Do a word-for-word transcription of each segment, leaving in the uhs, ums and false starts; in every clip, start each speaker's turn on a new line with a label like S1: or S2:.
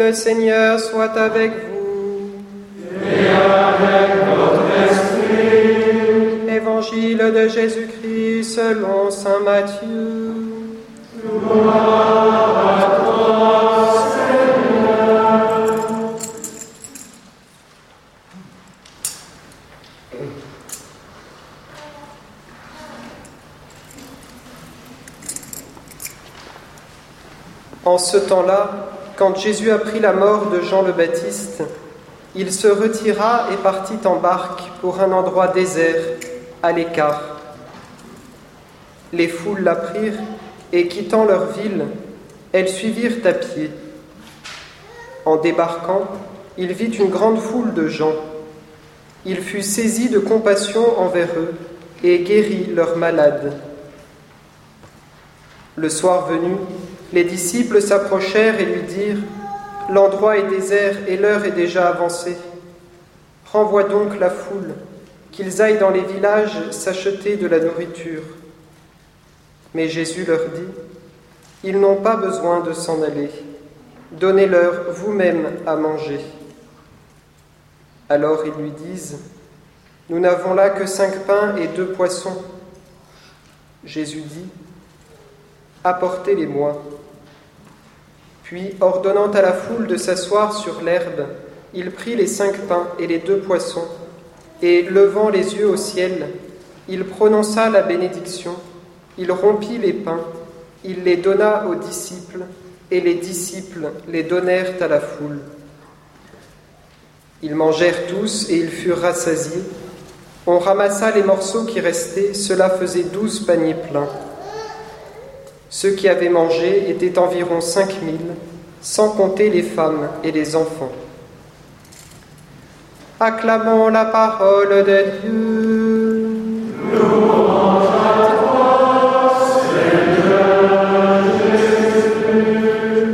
S1: Le Seigneur soit avec vous.
S2: Et avec votre esprit.
S1: Évangile de Jésus-Christ selon saint Matthieu.
S2: Gloire à toi, Seigneur.
S1: En ce temps-là, quand Jésus apprit la mort de Jean le Baptiste, il se retira et partit en barque pour un endroit désert, à l'écart. Les foules l'apprirent et, quittant leur ville, elles suivirent à pied. En débarquant, il vit une grande foule de gens. Il fut saisi de compassion envers eux et guérit leurs malades. Le soir venu, les disciples s'approchèrent et lui dirent : « L'endroit est désert et l'heure est déjà avancée. Renvoie donc la foule, qu'ils aillent dans les villages s'acheter de la nourriture. » Mais Jésus leur dit : « Ils n'ont pas besoin de s'en aller. Donnez-leur vous-même à manger. » Alors ils lui disent : « Nous n'avons là que cinq pains et deux poissons. » Jésus dit : « Apportez-les-moi. » Puis, ordonnant à la foule de s'asseoir sur l'herbe, il prit les cinq pains et les deux poissons, et, levant les yeux au ciel, il prononça la bénédiction, il rompit les pains, il les donna aux disciples, et les disciples les donnèrent à la foule. Ils mangèrent tous et ils furent rassasiés. On ramassa les morceaux qui restaient, cela faisait douze paniers pleins. Ceux qui avaient mangé étaient environ cinq mille, sans compter les femmes et les enfants. Acclamons la parole de Dieu.
S2: Louange à toi, Seigneur Jésus.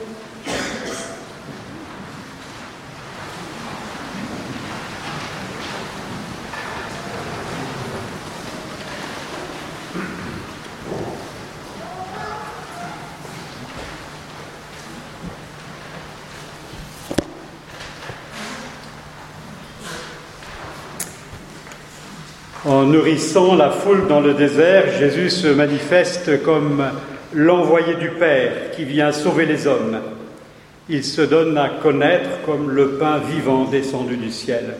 S3: En nourrissant la foule dans le désert, Jésus se manifeste comme l'envoyé du Père qui vient sauver les hommes. Il se donne à connaître comme le pain vivant descendu du ciel.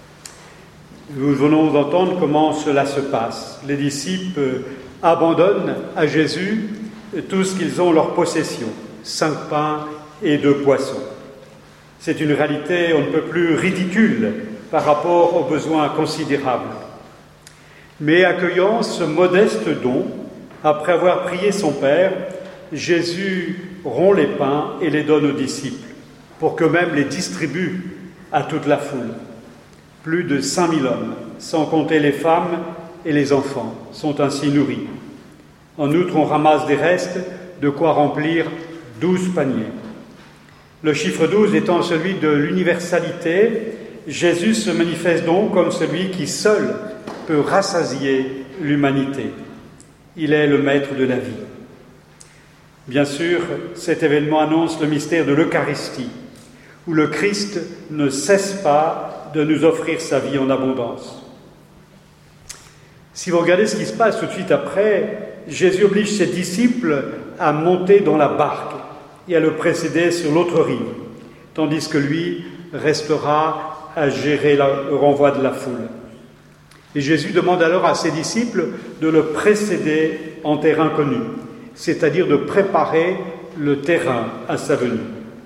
S3: Nous venons d'entendre comment cela se passe. Les disciples abandonnent à Jésus tout ce qu'ils ont en leur possession, cinq pains et deux poissons. C'est une réalité on ne peut plus ridicule par rapport aux besoins considérables. Mais accueillant ce modeste don, après avoir prié son Père, Jésus rompt les pains et les donne aux disciples, pour qu'eux-mêmes les distribuent à toute la foule. Plus de cinq mille hommes, sans compter les femmes et les enfants, sont ainsi nourris. En outre, on ramasse des restes, de quoi remplir douze paniers. Le chiffre douze étant celui de l'universalité, Jésus se manifeste donc comme celui qui seul peut rassasier l'humanité. Il est le maître de la vie. Bien sûr, cet événement annonce le mystère de l'Eucharistie, où le Christ ne cesse pas de nous offrir sa vie en abondance. Si vous regardez ce qui se passe tout de suite après, Jésus oblige ses disciples à monter dans la barque et à le précéder sur l'autre rive, tandis que lui restera à gérer le renvoi de la foule. Et Jésus demande alors à ses disciples de le précéder en terrain connu, c'est-à-dire de préparer le terrain à sa venue.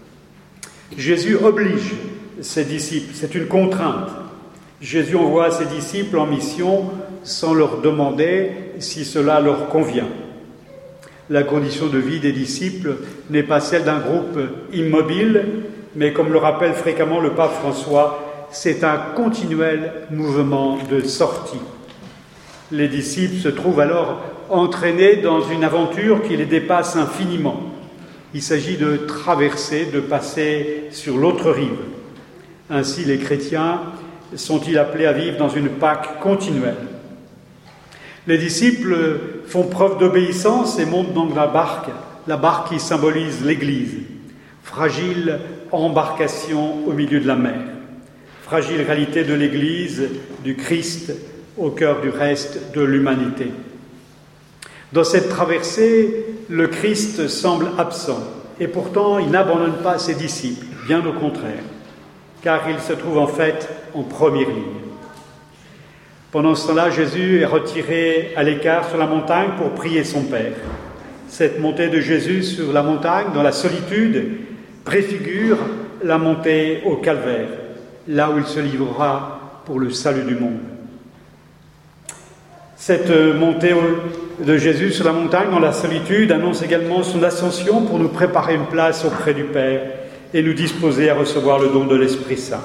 S3: Jésus oblige ses disciples, c'est une contrainte. Jésus envoie ses disciples en mission sans leur demander si cela leur convient. La condition de vie des disciples n'est pas celle d'un groupe immobile, mais comme le rappelle fréquemment le pape François, c'est un continuel mouvement de sortie. Les disciples se trouvent alors entraînés dans une aventure qui les dépasse infiniment. Il s'agit de traverser, de passer sur l'autre rive. Ainsi, les chrétiens sont-ils appelés à vivre dans une Pâque continuelle. Les disciples font preuve d'obéissance et montent dans la barque, la barque qui symbolise l'Église. fragile embarcation au milieu de la mer, fragile réalité de l'Église, du Christ, au cœur du reste de l'humanité. Dans cette traversée, le Christ semble absent, et pourtant il n'abandonne pas ses disciples, bien au contraire, car il se trouve en fait en première ligne. Pendant ce temps-là, Jésus est retiré à l'écart sur la montagne pour prier son Père. Cette montée de Jésus sur la montagne, dans la solitude, préfigure la montée au calvaire, là où il se livrera pour le salut du monde. Cette montée de Jésus sur la montagne dans la solitude annonce également son ascension pour nous préparer une place auprès du Père et nous disposer à recevoir le don de l'Esprit Saint.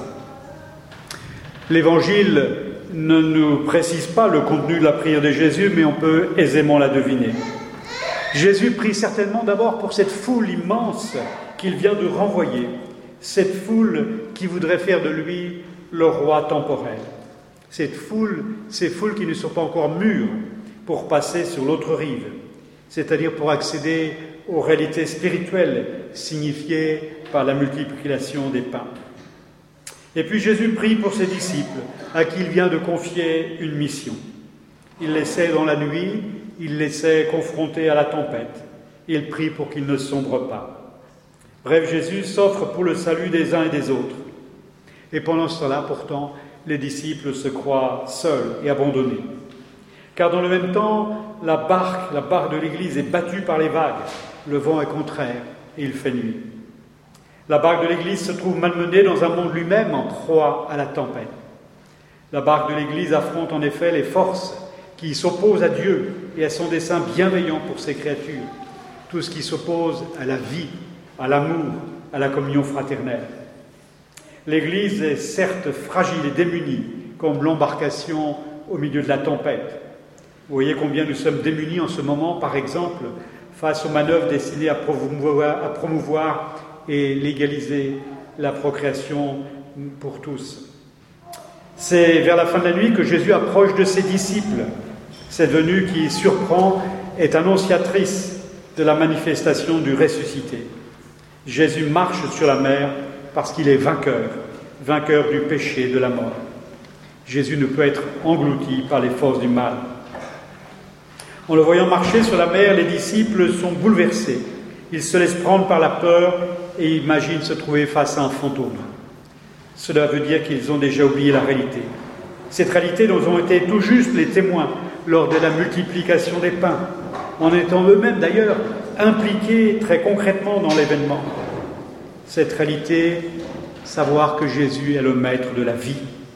S3: L'Évangile ne nous précise pas le contenu de la prière de Jésus, mais on peut aisément la deviner. Jésus prie certainement d'abord pour cette foule immense qu'il vient de renvoyer, cette foule qui voudrait faire de lui le roi temporel. Cette foule, ces foules qui ne sont pas encore mûres pour passer sur l'autre rive, c'est-à-dire pour accéder aux réalités spirituelles signifiées par la multiplication des pains. Et puis Jésus prie pour ses disciples, à qui il vient de confier une mission. Il les sait dans la nuit, il les sait confrontés à la tempête. Il prie pour qu'ils ne sombrent pas. Bref, Jésus s'offre pour le salut des uns et des autres. Et pendant cela, pourtant, les disciples se croient seuls et abandonnés. Car dans le même temps, la barque, la barque de l'Église est battue par les vagues. Le vent est contraire et il fait nuit. La barque de l'Église se trouve malmenée dans un monde lui-même en proie à la tempête. La barque de l'Église affronte en effet les forces qui s'opposent à Dieu et à son dessein bienveillant pour ses créatures. Tout ce qui s'oppose à la vie, à l'amour, à la communion fraternelle. L'Église est certes fragile et démunie, comme l'embarcation au milieu de la tempête. Vous voyez combien nous sommes démunis en ce moment, par exemple, face aux manœuvres destinées à promouvoir, à promouvoir et légaliser la procréation pour tous. C'est vers la fin de la nuit que Jésus approche de ses disciples. Cette venue qui surprend est annonciatrice de la manifestation du ressuscité. Jésus marche sur la mer parce qu'il est vainqueur, vainqueur du péché et de la mort. Jésus ne peut être englouti par les forces du mal. En le voyant marcher sur la mer, les disciples sont bouleversés. Ils se laissent prendre par la peur et imaginent se trouver face à un fantôme. Cela veut dire qu'ils ont déjà oublié la réalité. Cette réalité dont ont été tout juste les témoins lors de la multiplication des pains, en étant eux-mêmes d'ailleurs impliqués très concrètement dans l'événement. Cette réalité, savoir que Jésus est le maître de la vie.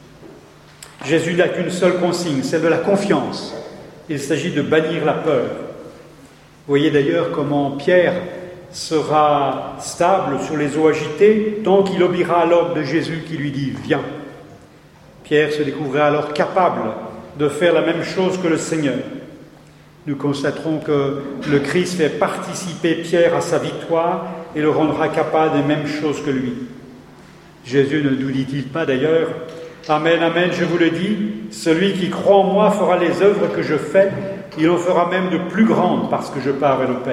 S3: Jésus n'a qu'une seule consigne, celle de la confiance. Il s'agit de bannir la peur. Vous voyez d'ailleurs comment Pierre sera stable sur les eaux agitées tant qu'il obéira à l'ordre de Jésus qui lui dit « Viens ». Pierre se découvrira alors capable de faire la même chose que le Seigneur. Nous constaterons que le Christ fait participer Pierre à sa victoire et le rendra capable des mêmes choses que lui. Jésus ne nous dit-il pas d'ailleurs « Amen, amen, je vous le dis, celui qui croit en moi fera les œuvres que je fais, il en fera même de plus grandes parce que je pars vers le Père. »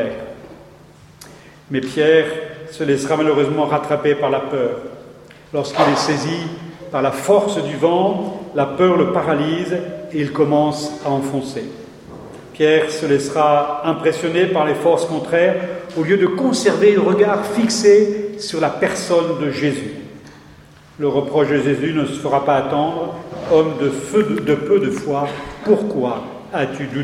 S3: Mais Pierre se laissera malheureusement rattraper par la peur. Lorsqu'il est saisi par la force du vent, la peur le paralyse et il commence à enfoncer. Pierre se laissera impressionner par les forces contraires au lieu de conserver le regard fixé sur la personne de Jésus. Le reproche de Jésus ne se fera pas attendre. « Homme de, feu de, de peu de foi, pourquoi as-tu douté ?»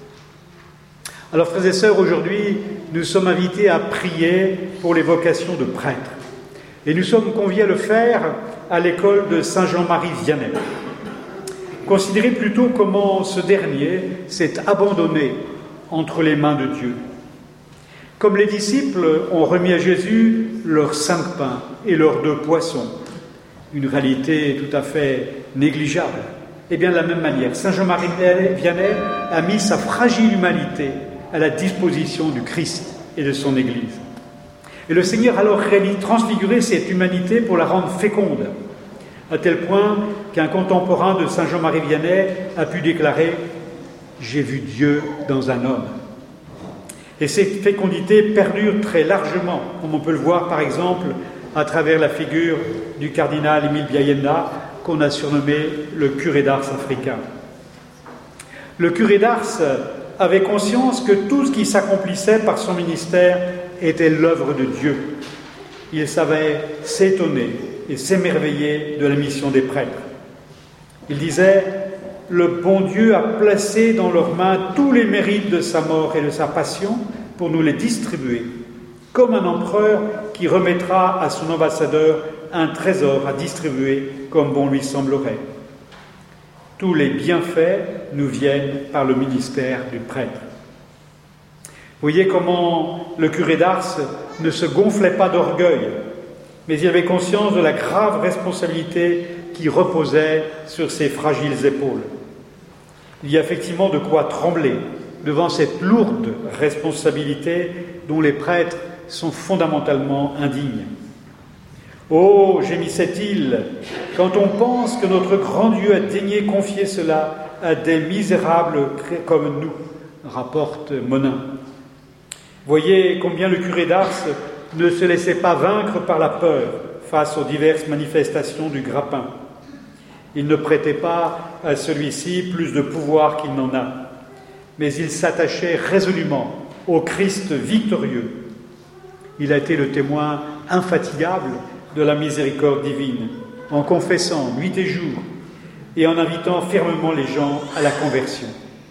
S3: Alors, frères et sœurs, aujourd'hui, nous sommes invités à prier pour les vocations de prêtres. Et nous sommes conviés à le faire à l'école de Saint Jean-Marie Vianney. Considérez plutôt comment ce dernier s'est abandonné entre les mains de Dieu. Comme les disciples ont remis à Jésus leurs cinq pains et leurs deux poissons, une réalité tout à fait négligeable, et bien de la même manière, Saint Jean-Marie Vianney a mis sa fragile humanité à la disposition du Christ et de son Église. Et le Seigneur a alors transfiguré cette humanité pour la rendre féconde, à tel point qu'un contemporain de Saint Jean-Marie Vianney a pu déclarer « J'ai vu Dieu dans un homme ». Et ces fécondités perdurent très largement, comme on peut le voir par exemple à travers la figure du cardinal Émile Biayenda, qu'on a surnommé le curé d'Ars africain. Le curé d'Ars avait conscience que tout ce qui s'accomplissait par son ministère était l'œuvre de Dieu. Il savait s'étonner et s'émerveiller de la mission des prêtres. Il disait « Le bon Dieu a placé dans leurs mains tous les mérites de sa mort et de sa passion pour nous les distribuer, comme un empereur qui remettra à son ambassadeur un trésor à distribuer comme bon lui semblerait. Tous les bienfaits nous viennent par le ministère du prêtre. » Vous voyez comment le curé d'Ars ne se gonflait pas d'orgueil, mais il avait conscience de la grave responsabilité qui reposait sur ses fragiles épaules. Il y a effectivement de quoi trembler devant cette lourde responsabilité dont les prêtres sont fondamentalement indignes. « Oh, gémissait-il, quand on pense que notre grand Dieu a daigné confier cela à des misérables comme nous », rapporte Monin. Voyez combien le curé d'Ars ne se laissait pas vaincre par la peur face aux diverses manifestations du grappin. Il ne prêtait pas à celui-ci plus de pouvoir qu'il n'en a, mais il s'attachait résolument au Christ victorieux. Il a été le témoin infatigable de la miséricorde divine, en confessant nuit et jour et en invitant fermement les gens à la conversion.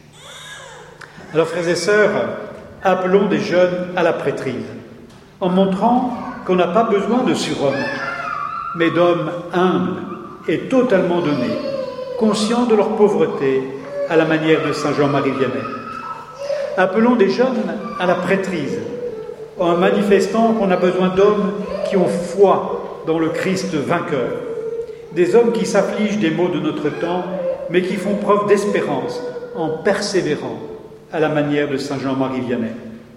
S3: Alors, frères et sœurs, appelons des jeunes à la prêtrise, en montrant qu'on n'a pas besoin de surhommes, mais d'hommes humbles et totalement donnés, conscients de leur pauvreté, à la manière de saint Jean-Marie Vianney. Appelons des jeunes à la prêtrise, en manifestant qu'on a besoin d'hommes qui ont foi dans le Christ vainqueur, des hommes qui s'affligent des maux de notre temps, mais qui font preuve d'espérance en persévérant, à la manière de saint Jean-Marie Vianney.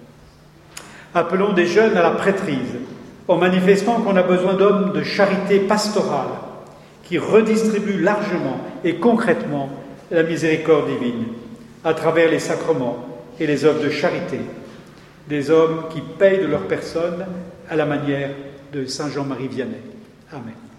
S3: Appelons des jeunes à la prêtrise, en manifestant qu'on a besoin d'hommes de charité pastorale, qui redistribuent largement et concrètement la miséricorde divine, à travers les sacrements et les œuvres de charité, des hommes qui payent de leur personne à la manière de saint Jean-Marie Vianney. Amen.